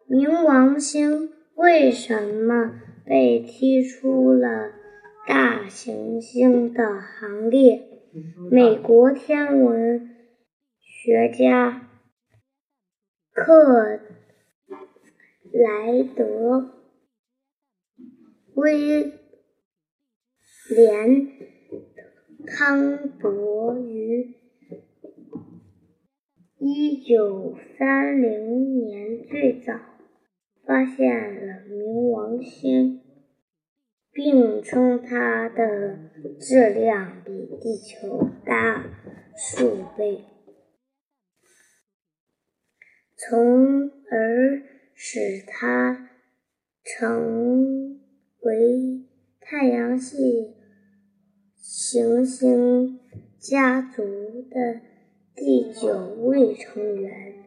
冥王星为什么被踢出了大行星的行列？美国天文学家克莱德威廉康伯于1930年最早发现了冥王星，并称它的质量比地球大数倍，从而使它成为太阳系行星家族的第9位成员。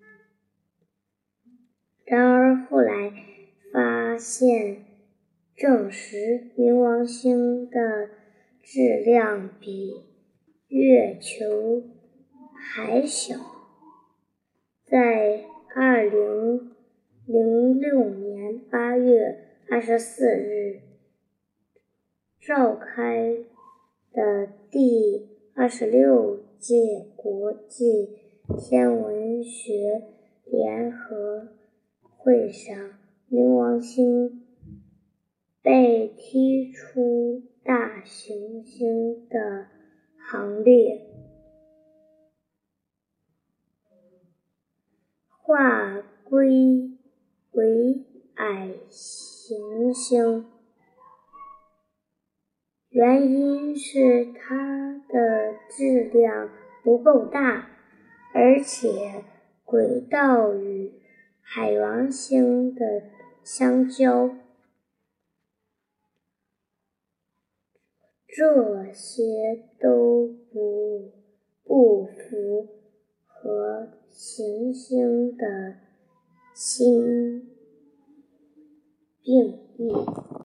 然而后来发现证实冥王星的质量比月球还小。在2006年8月24日召开的第26届国际天文学联合会上，冥王星被踢出大行星的行列，划归为矮行星。原因是它的质量不够大，而且轨道与海王星的相交，这些都不符合行星的新定义。